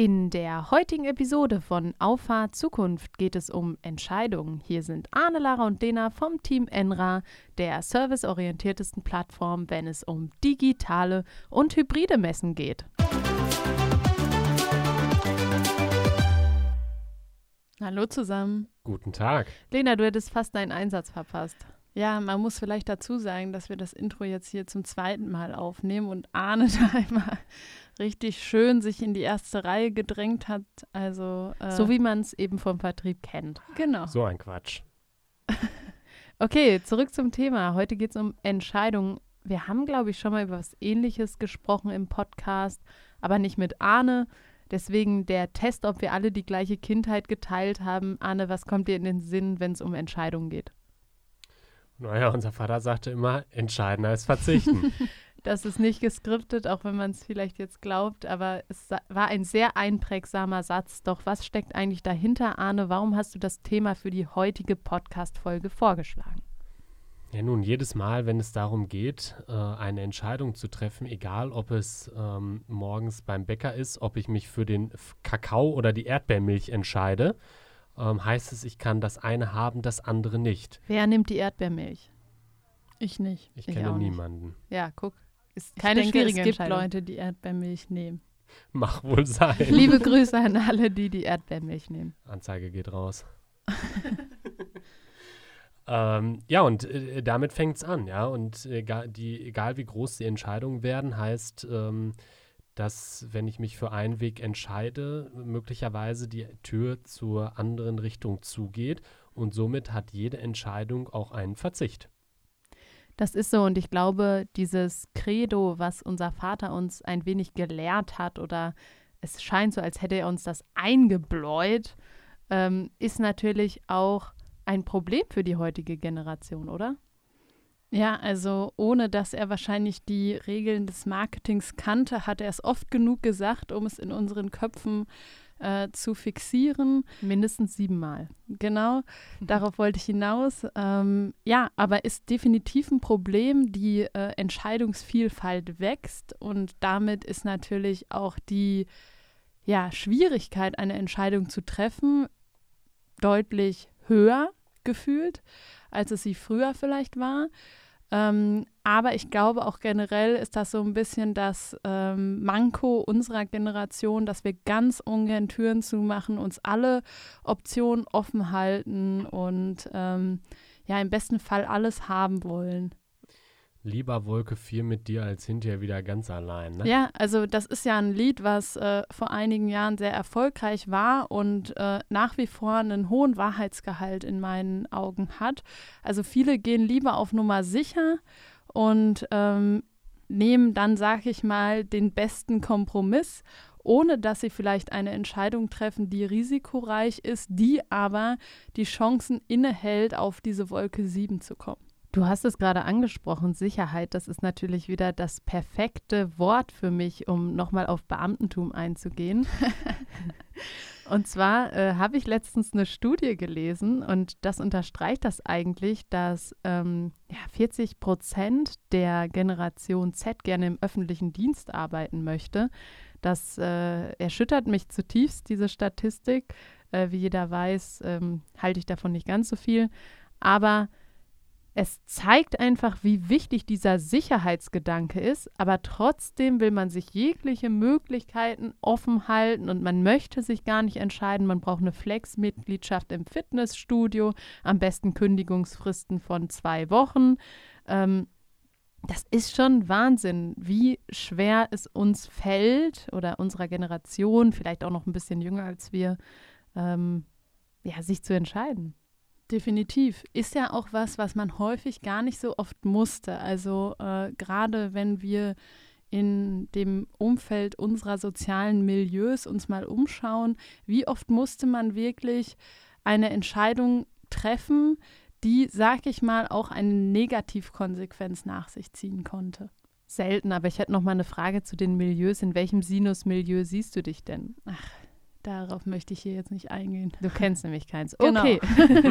In der heutigen Episode von Auffahrt Zukunft geht es um Entscheidungen. Hier sind Arne, Lara und Lena vom Team Enra, der serviceorientiertesten Plattform, wenn es um digitale und hybride Messen geht. Hallo zusammen. Guten Tag. Lena, du hättest fast deinen Einsatz verpasst. Ja, man muss vielleicht dazu sagen, dass wir das Intro jetzt hier zum zweiten Mal aufnehmen und Arne da immer richtig schön sich in die erste Reihe gedrängt hat. Also So wie man es eben vom Vertrieb kennt. genau. So ein Quatsch. Okay, zurück zum Thema. Heute geht es um Entscheidungen. Wir haben, glaube ich, schon mal über was Ähnliches gesprochen im Podcast, aber nicht mit Arne. Deswegen der Test, ob wir alle die gleiche Kindheit geteilt haben. Arne, was kommt dir in den Sinn, wenn es um Entscheidungen geht? Naja, unser Vater sagte immer, entscheidender als verzichten. Das ist nicht geskriptet, auch wenn man es vielleicht jetzt glaubt, aber es war ein sehr einprägsamer Satz. Doch was steckt eigentlich dahinter, Arne? Warum hast du das Thema für die heutige Podcast-Folge vorgeschlagen? Ja, nun, jedes Mal, wenn es darum geht, eine Entscheidung zu treffen, egal ob es morgens beim Bäcker ist, ob ich mich für den Kakao oder die Erdbeermilch entscheide, heißt es, ich kann das eine haben, das andere nicht. Wer nimmt die Erdbeermilch? Ich nicht. Ich Ich kenne auch nicht. niemanden. Ja, guck. Ist Ich keine denke, schwierige es gibt Entscheidung. Leute, die Erdbeermilch nehmen. Mach wohl sein. Liebe Grüße an alle, die Erdbeermilch nehmen. Anzeige geht raus. Ja, und damit fängt es an, ja. Und egal wie groß die Entscheidungen werden, heißt, dass, wenn ich mich für einen Weg entscheide, möglicherweise die Tür zur anderen Richtung zugeht. Und somit hat jede Entscheidung auch einen Verzicht. Das ist so und ich glaube, dieses Credo, was unser Vater uns ein wenig gelehrt hat oder es scheint so, als hätte er uns das eingebläut, ist natürlich auch ein Problem für die heutige Generation, oder? Ja, also ohne dass er wahrscheinlich die Regeln des Marketings kannte, hat er es oft genug gesagt, um es in unseren Köpfen zu fixieren. Mindestens 7-mal. Genau, darauf wollte ich hinaus. Ja, aber ist definitiv ein Problem. Die Entscheidungsvielfalt wächst und damit ist natürlich auch die Schwierigkeit, eine Entscheidung zu treffen, deutlich höher gefühlt, als es sie früher vielleicht war. Aber ich glaube auch generell ist das so ein bisschen das Manko unserer Generation, dass wir ganz ungern Türen zumachen, uns alle Optionen offen halten und im besten Fall alles haben wollen. Lieber Wolke 4 mit dir als hinterher wieder ganz allein, ne? Ja, also das ist ja ein Lied, was vor einigen Jahren sehr erfolgreich war und nach wie vor einen hohen Wahrheitsgehalt in meinen Augen hat. Also viele gehen lieber auf Nummer sicher und nehmen dann, sag ich mal, den besten Kompromiss, ohne dass sie vielleicht eine Entscheidung treffen, die risikoreich ist, die aber die Chancen innehält, auf diese Wolke 7 zu kommen. Du hast es gerade angesprochen, Sicherheit, das ist natürlich wieder das perfekte Wort für mich, um nochmal auf Beamtentum einzugehen. Und zwar habe ich letztens eine Studie gelesen und das unterstreicht das eigentlich, dass 40% der Generation Z gerne im öffentlichen Dienst arbeiten möchte. Das erschüttert mich zutiefst, diese Statistik. Wie jeder weiß, halte ich davon nicht ganz so viel. Aber es zeigt einfach, wie wichtig dieser Sicherheitsgedanke ist, aber trotzdem will man sich jegliche Möglichkeiten offen halten und man möchte sich gar nicht entscheiden. Man braucht eine Flex-Mitgliedschaft im Fitnessstudio, am besten Kündigungsfristen von 2 Wochen. Das ist schon Wahnsinn, wie schwer es uns fällt oder unserer Generation, vielleicht auch noch ein bisschen jünger als wir, sich zu entscheiden. Definitiv. Ist ja auch was man häufig gar nicht so oft musste. Also gerade wenn wir in dem Umfeld unserer sozialen Milieus uns mal umschauen, wie oft musste man wirklich eine Entscheidung treffen, die, sag ich mal, auch eine Negativkonsequenz nach sich ziehen konnte? Selten, aber ich hätte noch mal eine Frage zu den Milieus. In welchem Sinus-Milieu siehst du dich denn? Ach, darauf möchte ich hier jetzt nicht eingehen. Du kennst nämlich keins. Genau. Okay.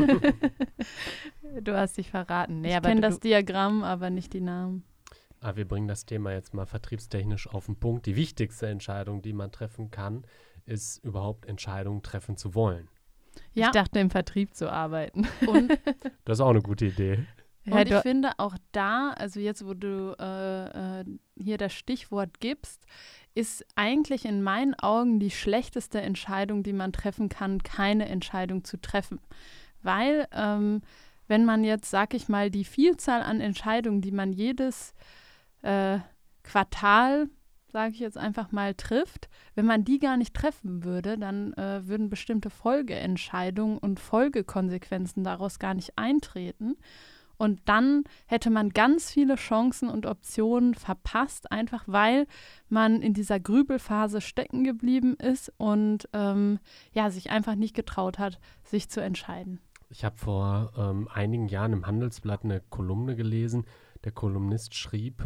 Du hast dich verraten. Nee, Ich kenne das Diagramm, aber nicht die Namen. Wir bringen das Thema jetzt mal vertriebstechnisch auf den Punkt. Die wichtigste Entscheidung, die man treffen kann, ist, überhaupt Entscheidungen treffen zu wollen. Ja. Ich dachte, im Vertrieb zu arbeiten. Und Das ist auch eine gute Idee. Und ich finde auch da, also jetzt, wo du hier das Stichwort gibst, ist eigentlich in meinen Augen die schlechteste Entscheidung, die man treffen kann, keine Entscheidung zu treffen. Weil, wenn man jetzt, sag ich mal, die Vielzahl an Entscheidungen, die man jedes Quartal, sage ich jetzt einfach mal, trifft, wenn man die gar nicht treffen würde, dann würden bestimmte Folgeentscheidungen und Folgekonsequenzen daraus gar nicht eintreten. Und dann hätte man ganz viele Chancen und Optionen verpasst, einfach weil man in dieser Grübelphase stecken geblieben ist und sich einfach nicht getraut hat, sich zu entscheiden. Ich habe vor einigen Jahren im Handelsblatt eine Kolumne gelesen. Der Kolumnist schrieb,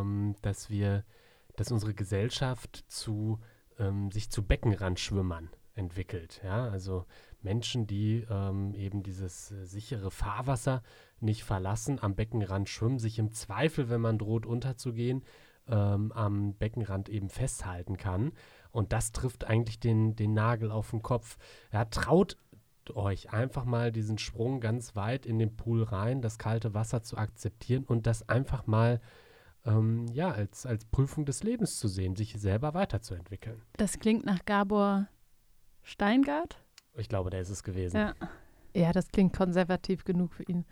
dass unsere Gesellschaft sich zu Beckenrandschwimmern entwickelt. Ja? Also Menschen, die eben dieses sichere Fahrwasser nicht verlassen, am Beckenrand schwimmen, sich im Zweifel, wenn man droht unterzugehen, am Beckenrand eben festhalten kann. Und das trifft eigentlich den Nagel auf den Kopf. Ja, traut euch einfach mal diesen Sprung ganz weit in den Pool rein, das kalte Wasser zu akzeptieren und das einfach mal als Prüfung des Lebens zu sehen, sich selber weiterzuentwickeln. Das klingt nach Gabor Steingart. Ich glaube, der ist es gewesen. Ja, das klingt konservativ genug für ihn.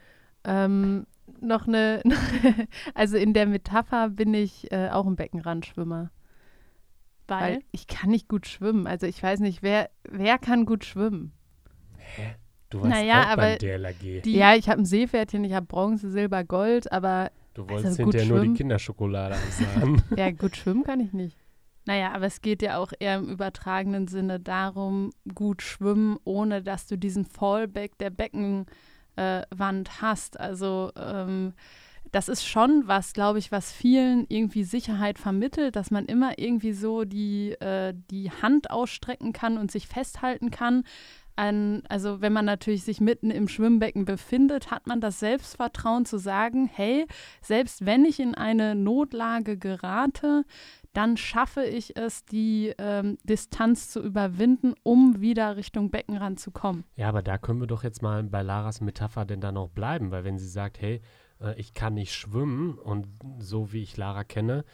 Also in der Metapher bin ich auch ein Beckenrandschwimmer. Weil ich kann nicht gut schwimmen. Also ich weiß nicht, wer kann gut schwimmen? Hä? Du warst auch beim DLRG. Ja, ich habe ein Seepferdchen, ich habe Bronze, Silber, Gold, aber du wolltest hinterher nur die Kinderschokolade aussahen. Ja, gut schwimmen kann ich nicht. Naja, aber es geht ja auch eher im übertragenen Sinne darum, gut schwimmen, ohne dass du diesen Fallback der Beckenwand hast. Also das ist schon was, glaube ich, was vielen irgendwie Sicherheit vermittelt, dass man immer irgendwie so die Hand ausstrecken kann und sich festhalten kann. Also wenn man natürlich sich mitten im Schwimmbecken befindet, hat man das Selbstvertrauen zu sagen, hey, selbst wenn ich in eine Notlage gerate, dann schaffe ich es, die Distanz zu überwinden, um wieder Richtung Beckenrand zu kommen. Ja, aber da können wir doch jetzt mal bei Laras Metapher denn da noch bleiben, weil wenn sie sagt, hey, ich kann nicht schwimmen und so wie ich Lara kenne,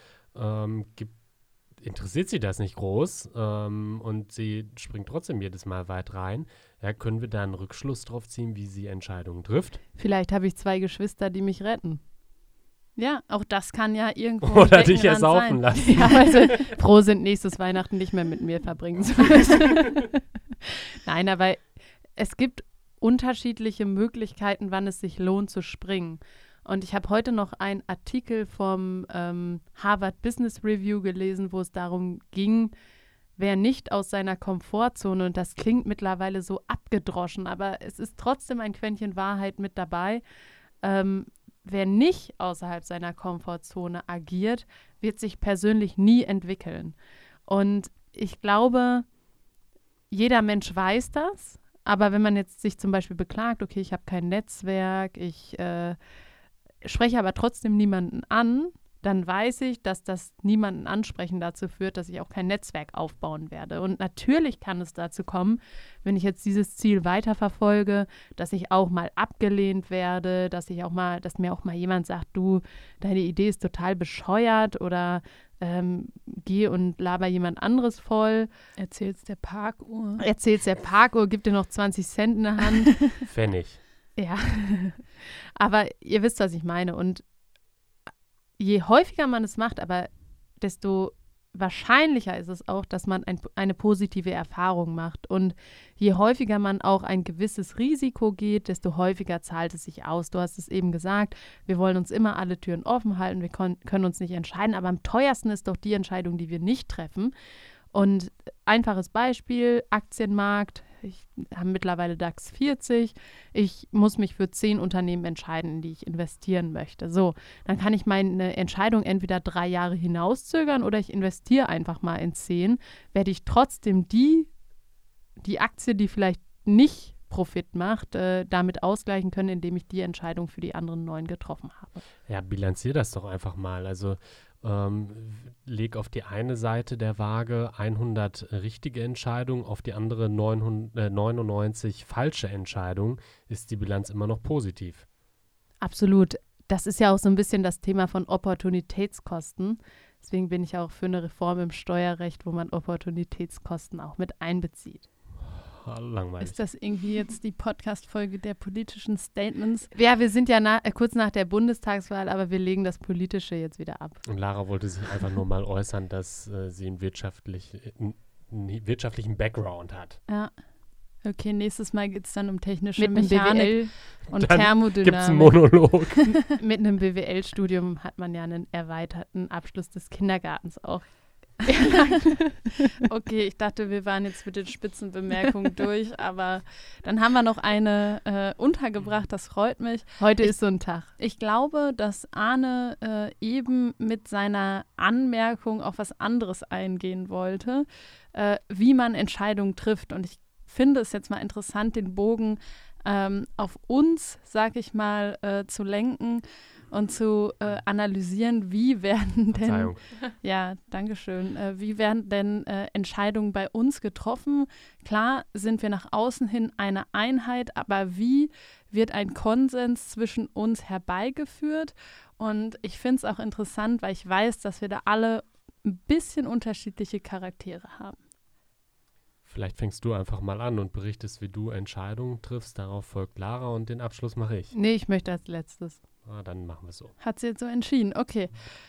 interessiert sie das nicht groß und sie springt trotzdem jedes Mal weit rein. Ja, können wir da einen Rückschluss drauf ziehen, wie sie Entscheidungen trifft? Vielleicht habe ich 2 Geschwister, die mich retten. Ja, auch das kann ja irgendwo oder dich ersaufen lassen. Ja, also froh sind, nächstes Weihnachten nicht mehr mit mir verbringen zu müssen. Nein, aber es gibt unterschiedliche Möglichkeiten, wann es sich lohnt zu springen. Und ich habe heute noch einen Artikel vom Harvard Business Review gelesen, wo es darum ging, wer nicht aus seiner Komfortzone, und das klingt mittlerweile so abgedroschen, aber es ist trotzdem ein Quäntchen Wahrheit mit dabei, wer nicht außerhalb seiner Komfortzone agiert, wird sich persönlich nie entwickeln. Und ich glaube, jeder Mensch weiß das, aber wenn man jetzt sich zum Beispiel beklagt, okay, ich habe kein Netzwerk, ich spreche aber trotzdem niemanden an, dann weiß ich, dass das niemanden ansprechen dazu führt, dass ich auch kein Netzwerk aufbauen werde. Und natürlich kann es dazu kommen, wenn ich jetzt dieses Ziel weiterverfolge, dass ich auch mal abgelehnt werde, dass mir auch mal jemand sagt, du, deine Idee ist total bescheuert oder geh und laber jemand anderes voll. Erzähl's der Parkuhr, gib dir noch 20 Cent in der Hand. Pfennig. Ja, aber ihr wisst, was ich meine. Und je häufiger man es macht, aber desto wahrscheinlicher ist es auch, dass man eine positive Erfahrung macht. Und je häufiger man auch ein gewisses Risiko geht, desto häufiger zahlt es sich aus. Du hast es eben gesagt, wir wollen uns immer alle Türen offen halten, wir können uns nicht entscheiden, aber am teuersten ist doch die Entscheidung, die wir nicht treffen. Und einfaches Beispiel, Aktienmarkt, ich habe mittlerweile DAX 40, ich muss mich für 10 Unternehmen entscheiden, in die ich investieren möchte. So, dann kann ich meine Entscheidung entweder 3 Jahre hinauszögern oder ich investiere einfach mal in 10, werde ich trotzdem die Aktie, die vielleicht nicht Profit macht, damit ausgleichen können, indem ich die Entscheidung für die anderen 9 getroffen habe. Ja, bilanzier das doch einfach mal. Also leg auf die eine Seite der Waage 100 richtige Entscheidungen, auf die andere 99 falsche Entscheidungen, ist die Bilanz immer noch positiv. Absolut. Das ist ja auch so ein bisschen das Thema von Opportunitätskosten. Deswegen bin ich auch für eine Reform im Steuerrecht, wo man Opportunitätskosten auch mit einbezieht. Langweilig. Ist das irgendwie jetzt die Podcast-Folge der politischen Statements? Ja, wir sind ja kurz nach der Bundestagswahl, aber wir legen das Politische jetzt wieder ab. Und Lara wollte sich einfach nur mal äußern, dass sie einen wirtschaftlichen Background hat. Ja. Okay, nächstes Mal geht es dann um technische Mit einem Mechanik BWL und Dann Thermodynamik. Gibt es einen Monolog. Mit einem BWL-Studium hat man ja einen erweiterten Abschluss des Kindergartens auch. Okay, ich dachte, wir waren jetzt mit den Spitzenbemerkungen durch, aber dann haben wir noch eine untergebracht, das freut mich. Heute ist so ein Tag. Ich glaube, dass Arne eben mit seiner Anmerkung auf was anderes eingehen wollte, wie man Entscheidungen trifft. Und ich finde es jetzt mal interessant, den Bogen auf uns, sag ich mal, zu lenken und zu analysieren, wie werden denn, Verzeihung. ja, dankeschön, wie werden denn Entscheidungen bei uns getroffen? Klar sind wir nach außen hin eine Einheit, aber wie wird ein Konsens zwischen uns herbeigeführt? Und ich finde es auch interessant, weil ich weiß, dass wir da alle ein bisschen unterschiedliche Charaktere haben. Vielleicht fängst du einfach mal an und berichtest, wie du Entscheidungen triffst. Darauf folgt Lara und den Abschluss mache ich. Nee, ich möchte als letztes. Dann machen wir es so. Hat sie jetzt so entschieden, okay.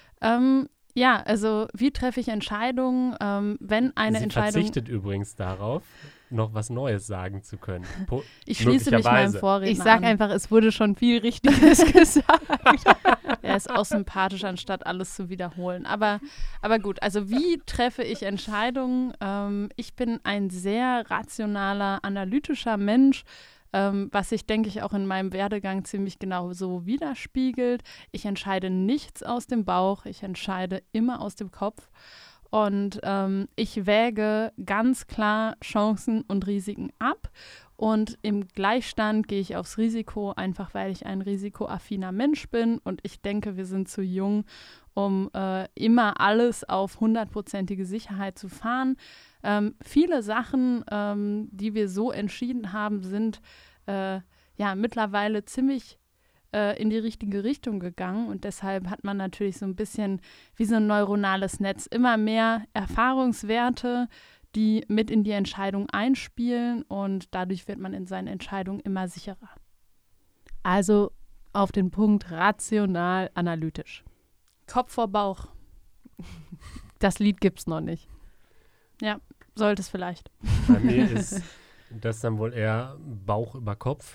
Ja, also wie treffe ich Entscheidungen, wenn eine Sie Entscheidung... verzichtet übrigens darauf, noch was Neues sagen zu können. Ich schließe mich meinem Möglicherweise. Vorredner Ich sage an. einfach, es wurde schon viel Richtiges gesagt. Er ist auch sympathisch, anstatt alles zu wiederholen. Aber gut, also wie treffe ich Entscheidungen? Ich bin ein sehr rationaler, analytischer Mensch, was sich, denke ich, auch in meinem Werdegang ziemlich genau so widerspiegelt. Ich entscheide nichts aus dem Bauch, ich entscheide immer aus dem Kopf. Und ich wäge ganz klar Chancen und Risiken ab. Und im Gleichstand gehe ich aufs Risiko, einfach weil ich ein risikoaffiner Mensch bin. Und ich denke, wir sind zu jung, um immer alles auf 100%ige Sicherheit zu fahren. Viele Sachen, die wir so entschieden haben, sind mittlerweile ziemlich in die richtige Richtung gegangen. Und deshalb hat man natürlich so ein bisschen wie so ein neuronales Netz immer mehr Erfahrungswerte, die mit in die Entscheidung einspielen. Und dadurch wird man in seinen Entscheidungen immer sicherer. Also auf den Punkt rational, analytisch. Kopf vor Bauch. Das Lied gibt's noch nicht. Ja, sollte es vielleicht. Bei mir ist das dann wohl eher Bauch über Kopf.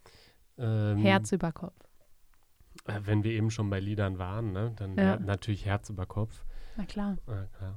Herz über Kopf. Wenn wir eben schon bei Liedern waren, ne, dann natürlich Herz über Kopf. Na klar. Klar.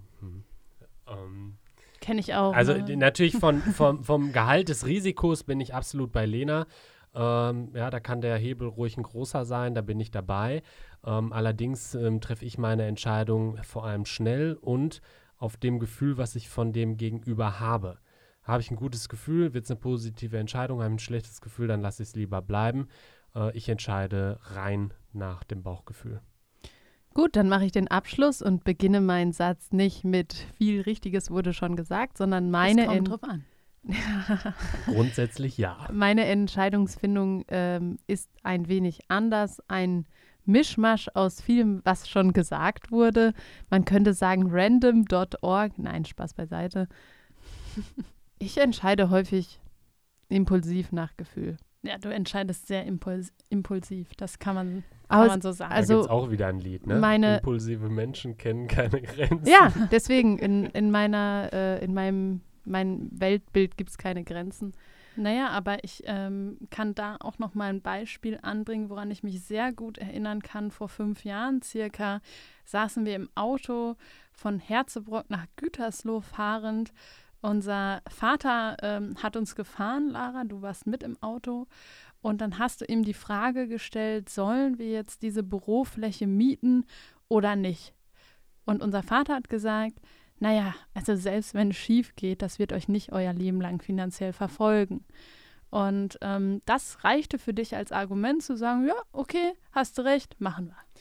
Kenne ich auch. Also ne? natürlich vom Gehalt des Risikos bin ich absolut bei Lena. Da kann der Hebel ruhig ein großer sein, da bin ich dabei. Allerdings treffe ich meine Entscheidung vor allem schnell und auf dem Gefühl, was ich von dem Gegenüber habe. Habe ich ein gutes Gefühl, wird es eine positive Entscheidung, habe ich ein schlechtes Gefühl, dann lasse ich es lieber bleiben. Ich entscheide rein nach dem Bauchgefühl. Gut, dann mache ich den Abschluss und beginne meinen Satz nicht mit viel Richtiges wurde schon gesagt, sondern Das kommt drauf an. Grundsätzlich ja. Meine Entscheidungsfindung ist ein wenig anders, ein Mischmasch aus vielem, was schon gesagt wurde. Man könnte sagen random.org. Nein, Spaß beiseite. Ich entscheide häufig impulsiv nach Gefühl. Ja, du entscheidest sehr impulsiv. Das kann man so sagen. Da Also gibt es auch wieder ein Lied, ne? meine- Impulsive Menschen kennen keine Grenzen. ja, deswegen in meinem Weltbild gibt es keine Grenzen. Naja, aber ich kann da auch noch mal ein Beispiel anbringen, woran ich mich sehr gut erinnern kann. Vor 5 Jahren circa saßen wir im Auto von Herzebrock nach Gütersloh fahrend. Unser Vater hat uns gefahren, Lara, du warst mit im Auto. Und dann hast du ihm die Frage gestellt, sollen wir jetzt diese Bürofläche mieten oder nicht? Und unser Vater hat gesagt, naja, also selbst wenn es schief geht, das wird euch nicht euer Leben lang finanziell verfolgen. Und das reichte für dich als Argument zu sagen, ja, okay, hast du recht, machen wir.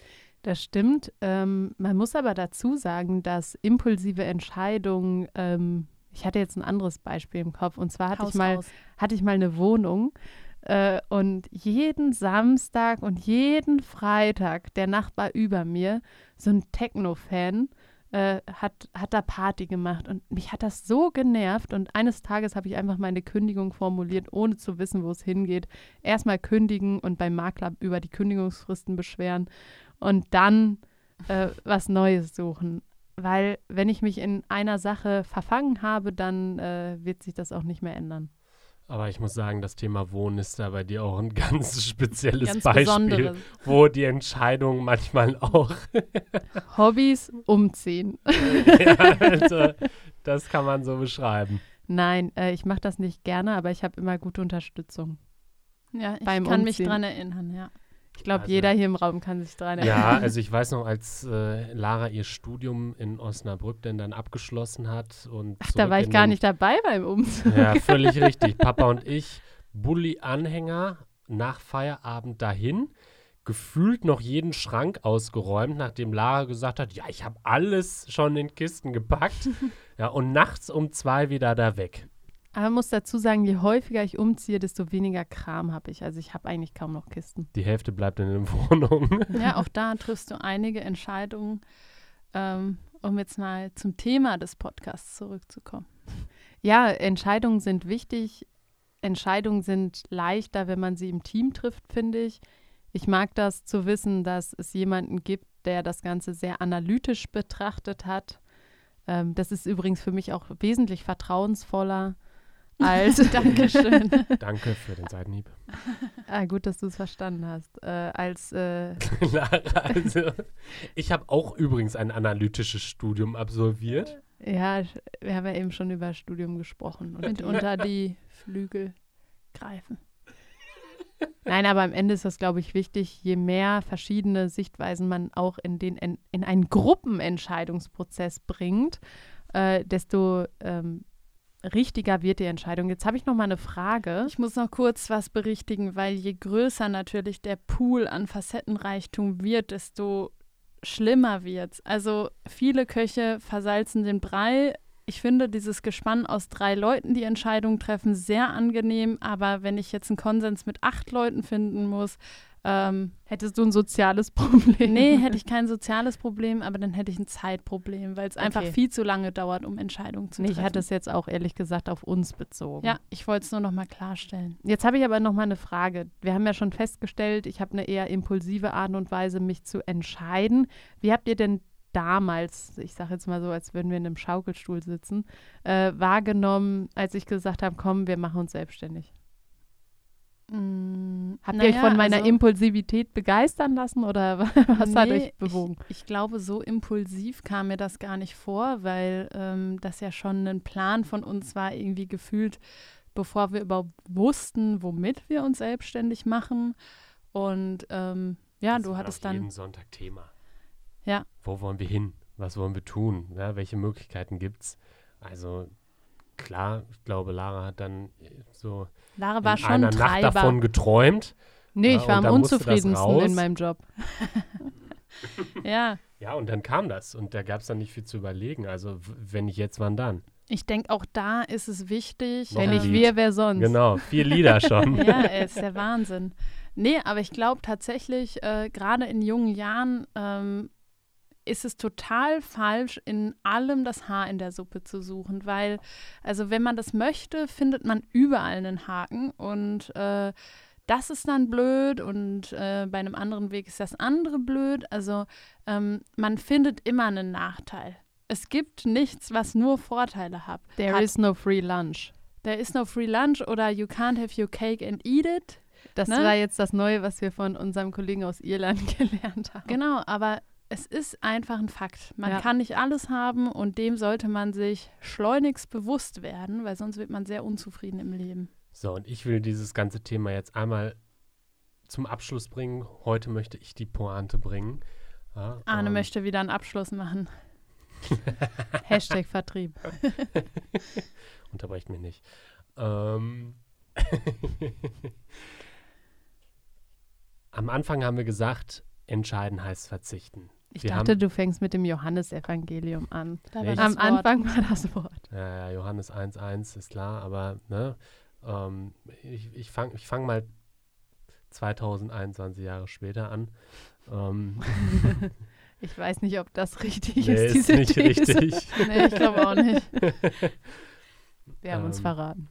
Das stimmt. Man muss aber dazu sagen, dass impulsive Entscheidungen, ich hatte jetzt ein anderes Beispiel im Kopf, und zwar hatte ich mal eine Wohnung und jeden Samstag und jeden Freitag der Nachbar über mir, so ein Techno-Fan, hat da Party gemacht und mich hat das so genervt und eines Tages habe ich einfach meine Kündigung formuliert, ohne zu wissen, wo es hingeht. Erstmal kündigen und beim Makler über die Kündigungsfristen beschweren und dann was Neues suchen. Weil wenn ich mich in einer Sache verfangen habe, dann wird sich das auch nicht mehr ändern. Aber ich muss sagen, das Thema Wohnen ist da bei dir auch ein ganz spezielles Ganz Beispiel, Besonderes. wo die Entscheidung manchmal auch Hobbys, umziehen. ja, also, das kann man so beschreiben. Nein, ich mache das nicht gerne, aber ich habe immer gute Unterstützung. Ja, ich Beim kann mich Umziehen. dran erinnern, ja. Ich glaube, Also- jeder hier im Raum kann sich dran erinnern. Ja, also ich weiß noch, als Lara ihr Studium in Osnabrück dann abgeschlossen hat und Ach, da war ich gar nicht dabei beim Umzug. Ja, völlig richtig. Papa und ich, Bulli-Anhänger, nach Feierabend dahin, gefühlt noch jeden Schrank ausgeräumt, nachdem Lara gesagt hat, ja, ich habe alles schon in Kisten gepackt. Ja, und nachts um 2 wieder da weg. Aber man muss dazu sagen, je häufiger ich umziehe, desto weniger Kram habe ich. Also ich habe eigentlich kaum noch Kisten. Die Hälfte bleibt in der Wohnung. Ja, auch da triffst du einige Entscheidungen, um jetzt mal zum Thema des Podcasts zurückzukommen. Ja, Entscheidungen sind wichtig. Entscheidungen sind leichter, wenn man sie im Team trifft, finde ich. Ich mag das zu wissen, dass es jemanden gibt, der das Ganze sehr analytisch betrachtet hat. Das ist übrigens für mich auch wesentlich vertrauensvoller als Dankeschön. Danke für den Seitenhieb. gut, dass du es verstanden hast. Lara, also, ich habe auch übrigens ein analytisches Studium absolviert. Ja, wir haben ja eben schon über Studium gesprochen. Und Und unter die Flügel greifen. Nein, aber am Ende ist das, glaube ich, wichtig, je mehr verschiedene Sichtweisen man auch in einen Gruppenentscheidungsprozess bringt, desto richtiger wird die Entscheidung. Jetzt habe ich noch mal eine Frage. Ich muss noch kurz was berichtigen, weil je größer natürlich der Pool an Facettenreichtum wird, desto schlimmer wird's. Also viele Köche versalzen den Brei. Ich finde dieses Gespann aus 3 Leuten, die Entscheidungen treffen, sehr angenehm. Aber wenn ich jetzt einen Konsens mit 8 Leuten finden muss, Hättest du ein soziales Problem? nee, hätte ich kein soziales Problem, aber dann hätte ich ein Zeitproblem, weil es einfach Okay. viel zu lange dauert, um Entscheidungen zu Nee, treffen. ich hatte es jetzt auch ehrlich gesagt auf uns bezogen. Ja, ich wollte es nur noch mal klarstellen. Jetzt habe ich aber noch mal eine Frage. Wir haben ja schon festgestellt, ich habe eine eher impulsive Art und Weise, mich zu entscheiden. Wie habt ihr denn damals, ich sage jetzt mal so, als würden wir in einem Schaukelstuhl sitzen, wahrgenommen, als ich gesagt habe, komm, wir machen uns selbstständig? Habt ihr euch von meiner Impulsivität begeistern lassen oder was hat euch bewogen? Ich glaube, so impulsiv kam mir das gar nicht vor, weil das ja schon ein Plan von uns war, irgendwie gefühlt, bevor wir überhaupt wussten, womit wir uns selbstständig machen. Und ja, Das du war hattest doch dann. jeden Sonntag Thema. Ja. Wo wollen wir hin? Was wollen wir tun? Ja, welche Möglichkeiten gibt's? Also klar, ich glaube, Lara hat dann so Lara war in schon einer ein Nacht Treiber. davon geträumt. Nee, Ja, ich war und am dann musste das unzufriedensten raus. in meinem Job. Ja, Ja, und dann kam das. Und da gab es dann nicht viel zu überlegen. Also wenn nicht jetzt, wann dann? ich denke, auch da ist es wichtig. Noch Wenn ein nicht Lied. wir, wer sonst? Genau, 4 Lieder schon. Ja, ist der Wahnsinn. Nee, aber ich glaube tatsächlich, gerade in jungen Jahren ist es total falsch, in allem das Haar in der Suppe zu suchen, weil, also wenn man das möchte, findet man überall einen Haken und das ist dann blöd und bei einem anderen Weg ist das andere blöd. Also man findet immer einen Nachteil. Es gibt nichts, was nur Vorteile hat. There is no free lunch. There is no free lunch oder you can't have your cake and eat it. Das Ne? war jetzt das Neue, was wir von unserem Kollegen aus Irland gelernt haben. Genau, aber es ist einfach ein Fakt. Man Ja. kann nicht alles haben und dem sollte man sich schleunigst bewusst werden, weil sonst wird man sehr unzufrieden im Leben. So, und ich will dieses ganze Thema jetzt einmal zum Abschluss bringen. Heute möchte ich die Pointe bringen. Ja, Arne möchte wieder einen Abschluss machen. Hashtag Vertrieb. Unterbrecht mich nicht. Am Anfang haben wir gesagt, entscheiden heißt verzichten. Ich dachte, du fängst mit dem Johannesevangelium an. Nee, Am Anfang war das Wort. Ja, Johannes 1,1 ist klar, aber ne, ich fang mal 2021 Jahre später an. Ich weiß nicht, ob das richtig Nee, ist, diese nicht These. richtig. Nee, ich glaube auch nicht. Wir haben uns verraten.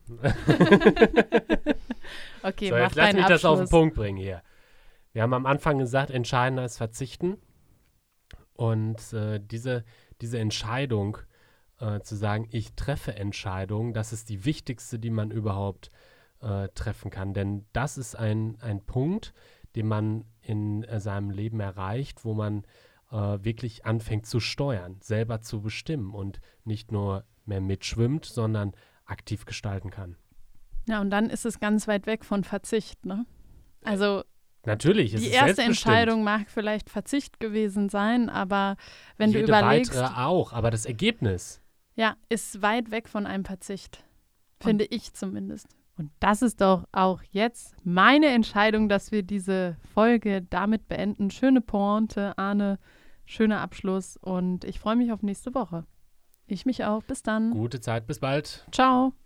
Okay, so, mach jetzt lass deinen mich das auf den Abschluss. Punkt bringen hier. Wir haben am Anfang gesagt, entscheidender ist verzichten. Und diese Entscheidung zu sagen, ich treffe Entscheidungen, das ist die wichtigste, die man überhaupt treffen kann. Denn das ist ein Punkt, den man in seinem Leben erreicht, wo man wirklich anfängt zu steuern, selber zu bestimmen und nicht nur mehr mitschwimmt, sondern aktiv gestalten kann. Ja, und dann ist es ganz weit weg von Verzicht, ne? Also Natürlich, es die ist erste selbstbestimmt. Entscheidung mag vielleicht Verzicht gewesen sein, aber wenn Jede du überlegst, weitere auch, aber das Ergebnis. ja, ist weit weg von einem Verzicht. Finde ich zumindest. Und das ist doch auch jetzt meine Entscheidung, dass wir diese Folge damit beenden. Schöne Pointe, Arne, schöner Abschluss und ich freue mich auf nächste Woche. Ich mich auch. Bis dann. Gute Zeit, bis bald. Ciao.